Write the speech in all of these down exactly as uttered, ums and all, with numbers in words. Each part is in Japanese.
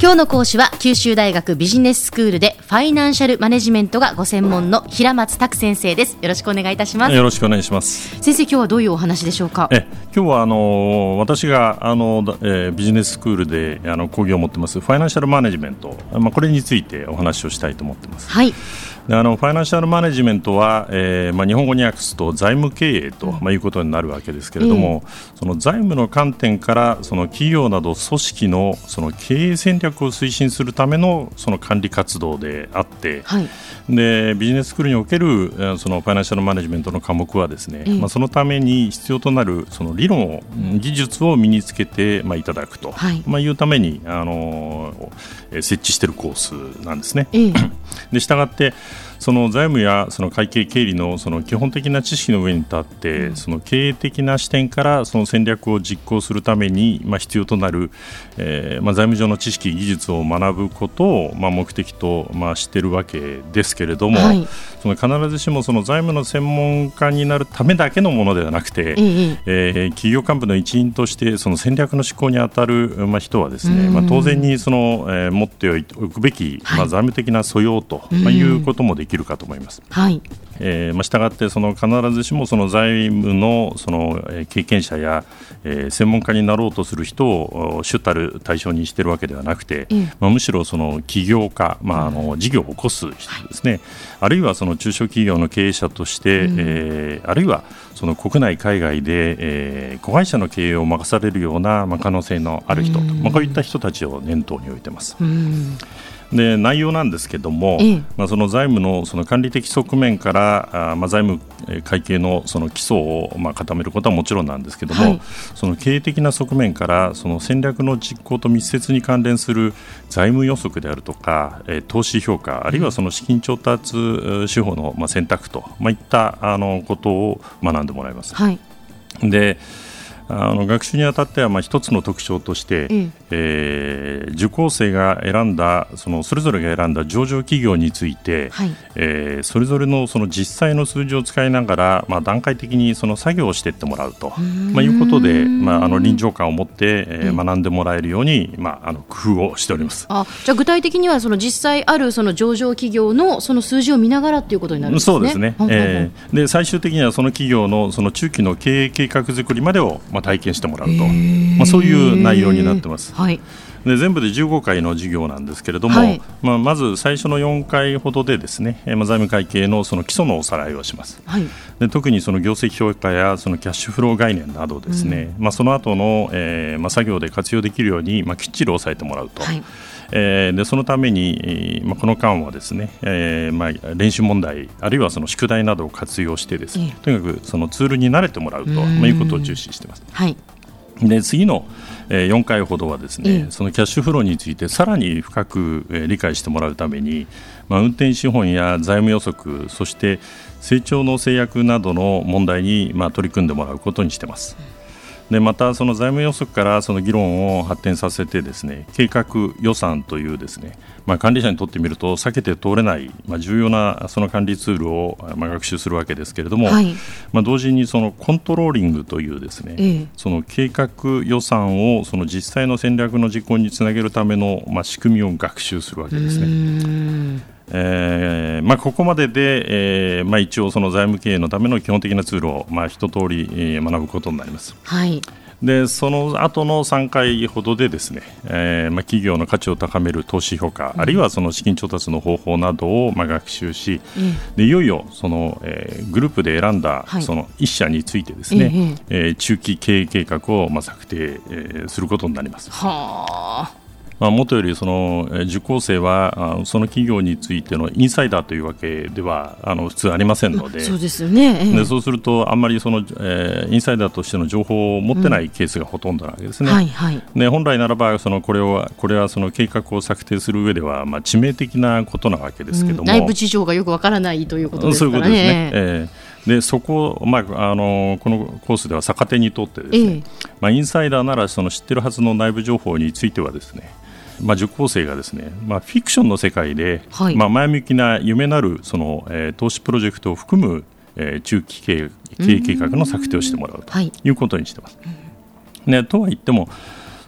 今日の講師は九州大学ビジネススクールでファイナンシャルマネジメントがご専門の平松卓先生です。よろしくお願いいたします。 よろしくお願いします。 先生、今日はどういうお話でしょうか。 え今日はあの私があの、えー、ビジネススクールであの講義を持ってますファイナンシャルマネジメント、まあ、これについてお話をしたいと思っています。 はい。 であのファイナンシャルマネジメントは、えーまあ、日本語に訳すと財務経営と、まあ、いうことになるわけですけれども、えー、その財務の観点からその企業など組織のその経営戦略を推進するためのその管理活動であって、はい、でビジネススクールにおけるそのファイナンシャルマネジメントの科目はですね、えーまあ、そのために必要となるその理論を技術を身につけて、まあ、いただくと、はいまあ、いうためにあの設置しているコースなんですね。えー、でしたがってその財務やその会計経理のその基本的な知識の上に立って、うん、その経営的な視点からその戦略を実行するために、まあ、必要となる、えーまあ、財務上の知識技術を学ぶことを、まあ、目的と、まあ、しているわけですけれども、はい、その必ずしもその財務の専門家になるためだけのものではなくて、うんえー、企業幹部の一員としてその戦略の執行に当たる、まあ、人はですね、まあ、当然にその、えー、持っておくべき、はいまあ、財務的な素養と、まあ、いうこともできるできるかと思います。はいえーまあ、従ってその必ずしもその財務のその経験者や、えー、専門家になろうとする人を主たる対象にしているわけではなくて、うんまあ、むしろその起業家、まあ、あの事業を起こす人ですね、はい、あるいはその中小企業の経営者として、うんえー、あるいはその国内海外で、えー、子会社の経営を任されるような、まあ、可能性のある人、うんまあ、こういった人たちを念頭に置いています。うんで内容なんですけども、ええまあ、その財務のその管理的側面からあ、まあ、財務会計のその基礎をまあ固めることはもちろんなんですけども、はい、その経営的な側面からその戦略の実行と密接に関連する財務予測であるとか、えー、投資評価あるいはその資金調達手法のまあ選択と、まあ、いったあのことを学んでもらいます。はい、であの学習にあたってはまあ一つの特徴として、うんえー、受講生が選んだそのそれぞれが選んだ上場企業について、はいえー、それぞれのその実際の数字を使いながら、まあ、段階的にその作業をしていってもらうとまあ、いうことで、まあ、あの臨場感を持って、えー、学んでもらえるように、まあ、あの工夫をしております。 あじゃあ具体的にはその実際あるその上場企業のその数字を見ながらということになるんですね。 そうですね、えー、で最終的にはその企業のその中期の経営計画作りまでを、まあ体験してもらうと、まあ、そういう内容になっています。はい、で全部でじゅうごかいの授業なんですけれども、はいまあ、まず最初のよんかいほどでですね、まあ、財務会計のその基礎のおさらいをします。はい、で特にその業績評価やそのキャッシュフロー概念などですね、うんまあ、その後の、えーまあ、作業で活用できるように、まあ、きっちり押さえてもらうと。はいえー、でそのために、まあ、この間はですね、えーまあ、練習問題あるいはその宿題などを活用してですね、とにかくそのツールに慣れてもらうと、まあ、いうことを重視しています。はいで次のよんかいほどはですね、うん、そのキャッシュフローについてさらに深く理解してもらうために、まあ、運転資本や財務予測そして成長の制約などの問題にまあ取り組んでもらうことにしています。でまたその財務予測からその議論を発展させてですね計画予算というですね、まあ、管理者にとってみると避けて通れない、まあ、重要なその管理ツールをまあ学習するわけですけれども、はいまあ、同時にそのコントローリングというですね、ええ、その計画予算をその実際の戦略の実行につなげるためのまあ仕組みを学習するわけですね。うーんえーまあ、ここまでで、えーまあ、一応その財務経営のための基本的なツールを、まあ、一通り、えー、学ぶことになります。はいでその後のさんかいほどでですね、えーまあ、企業の価値を高める投資評価、うん、あるいはその資金調達の方法などをまあ学習し、うん、でいよいよその、えー、グループで選んだそのいっ社についてですね、はいえー、中期経営計画をまあ策定、えー、することになります。はあまあ、元よりその受講生はその企業についてのインサイダーというわけではあの普通ありませんので、 そうですよね、ええ、 でそうするとあんまりその、えー、インサイダーとしての情報を持ってないケースがほとんどなわけですね。うんはいはい、で本来ならばそのこれをこれはその計画を策定する上ではまあ致命的なことなわけですけども、うん、 内部事情がよくわからないということですからね。 そういうことですね、えーでそこ、まあ、あのこのコースでは逆手にとってですね、ええまあ、インサイダーならその知ってるはずの内部情報についてはですね、まあ、受講生がですね、まあ、フィクションの世界で、はいまあ、前向きな夢なるその、えー、投資プロジェクトを含む、えー、中期経営計画の策定をしてもらうということにしています。ね、とは言っても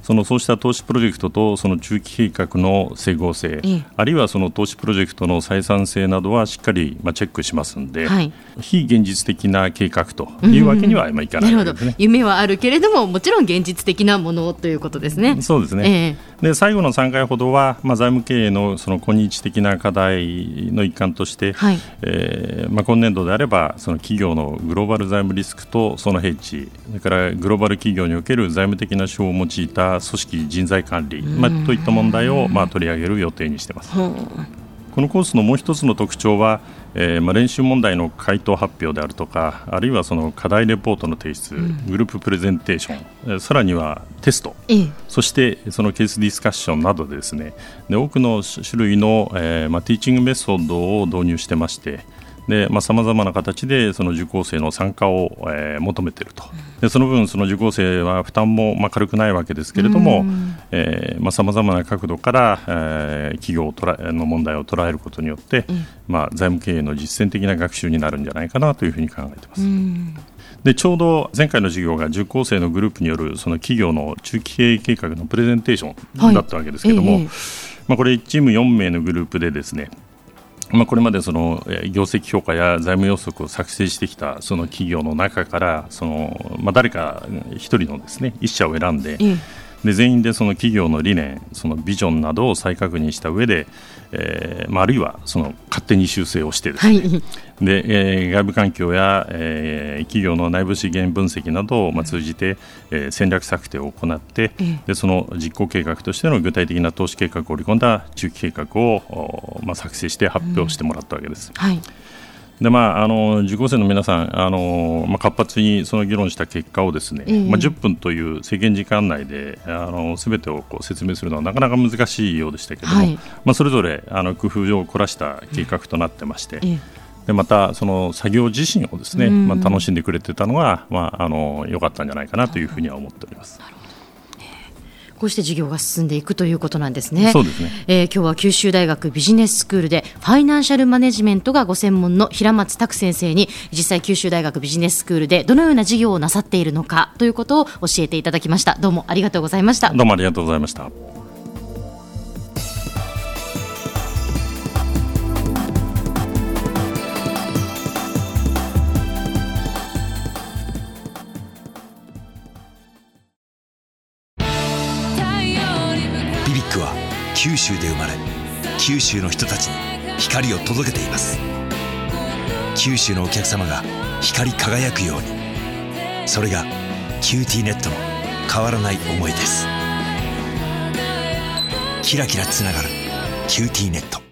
そのそうした投資プロジェクトとその中期計画の整合性、ええ、あるいはその投資プロジェクトの採算性などはしっかりまあチェックしますので、はい、非現実的な計画というわけにはいかないわけですね。なるほど。 夢はあるけれどももちろん現実的なものということですね。 そうですね、ええ、で最後のさんかいほどは、まあ、財務経営のその今日的な課題の一環として、はい、えーまあ、今年度であればその企業のグローバル財務リスクとそのヘッジ、それからグローバル企業における財務的な手法を用いた組織人材管理、まあ、といった問題をまあ取り上げる予定にしています。このコースのもう一つの特徴は、えーまあ、練習問題の回答発表であるとか、あるいはその課題レポートの提出、うん、グループプレゼンテーション、えー、さらにはテスト、ええ、そしてそのケースディスカッションなどでですね、で多くの種類の、えーまあ、ティーチングメソッドを導入してまして、さまざまな形でその受講生の参加を、えー、求めていると。でその分その受講生は負担もまあ軽くないわけですけれども、さまざまな角度から、えー、企業を捉えの問題を捉えることによって、うんまあ、財務経営の実践的な学習になるんじゃないかなというふうに考えています。でちょうど前回の授業が受講生のグループによるその企業の中期経営計画のプレゼンテーションだったわけですけれども、はいええまあ、これチームよんめいのグループでですね、まあ、これまでその業績評価や財務予測を作成してきたその企業の中からその、まあ、誰か一人のですね一社を選んで、うん、で全員でその企業の理念、そのビジョンなどを再確認した上で、えーまあ、あるいはその勝手に修正をしてですね、はいでえー、外部環境や、えー、企業の内部資源分析などを、まあ、通じて、えー、戦略策定を行って、うん、でその実行計画としての具体的な投資計画を織り込んだ中期計画を、まあ、作成して発表してもらったわけです。うんはいでまあ、あの受講生の皆さんあの、まあ、活発にその議論した結果をですね、えーまあ、じゅっぷんという制限時間内であの全てをこう説明するのはなかなか難しいようでしたけれども、はいまあ、それぞれあの工夫を凝らした計画となってまして、えー、でまたその作業自身をですね、まあ、楽しんでくれてたのが、まあ、あの良かったんじゃないかなというふうには思っております。 こうして授業が進んでいくということなんですね。 そうですね、 えー、今日は九州大学ビジネススクールでファイナンシャルマネジメントがご専門の平松卓先生に実際九州大学ビジネススクールでどのような授業をなさっているのかということを教えていただきました。どうもありがとうございました。 どうもありがとうございました。 ビビックは九州で生まれ、九州の人たちに光を届けています。九州のお客様が光り輝くように、それがキューティーネットの変わらない思いです。キラキラつながるキューティーネット。